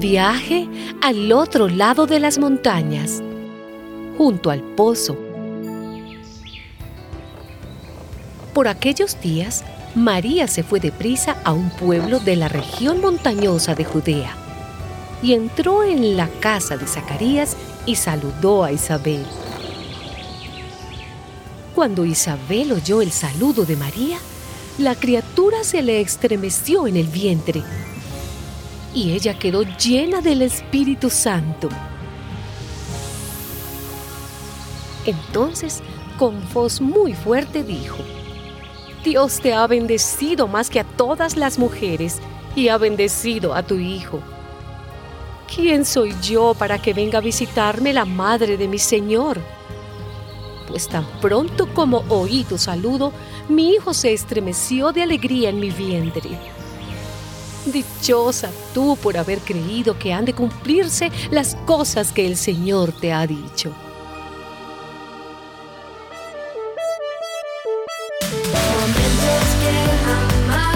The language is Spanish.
viaje al otro lado de las montañas, junto al pozo. Por aquellos días, María se fue deprisa a un pueblo de la región montañosa de Judea y entró en la casa de Zacarías y saludó a Isabel. Cuando Isabel oyó el saludo de María, la criatura se le estremeció en el vientre y ella quedó llena del Espíritu Santo. Entonces, con voz muy fuerte dijo: Dios te ha bendecido más que a todas las mujeres y ha bendecido a tu hijo. ¿Quién soy yo para que venga a visitarme la madre de mi Señor? Pues tan pronto como oí tu saludo, mi hijo se estremeció de alegría en mi vientre. Dichosa tú por haber creído que han de cumplirse las cosas que el Señor te ha dicho. Momentos que jamás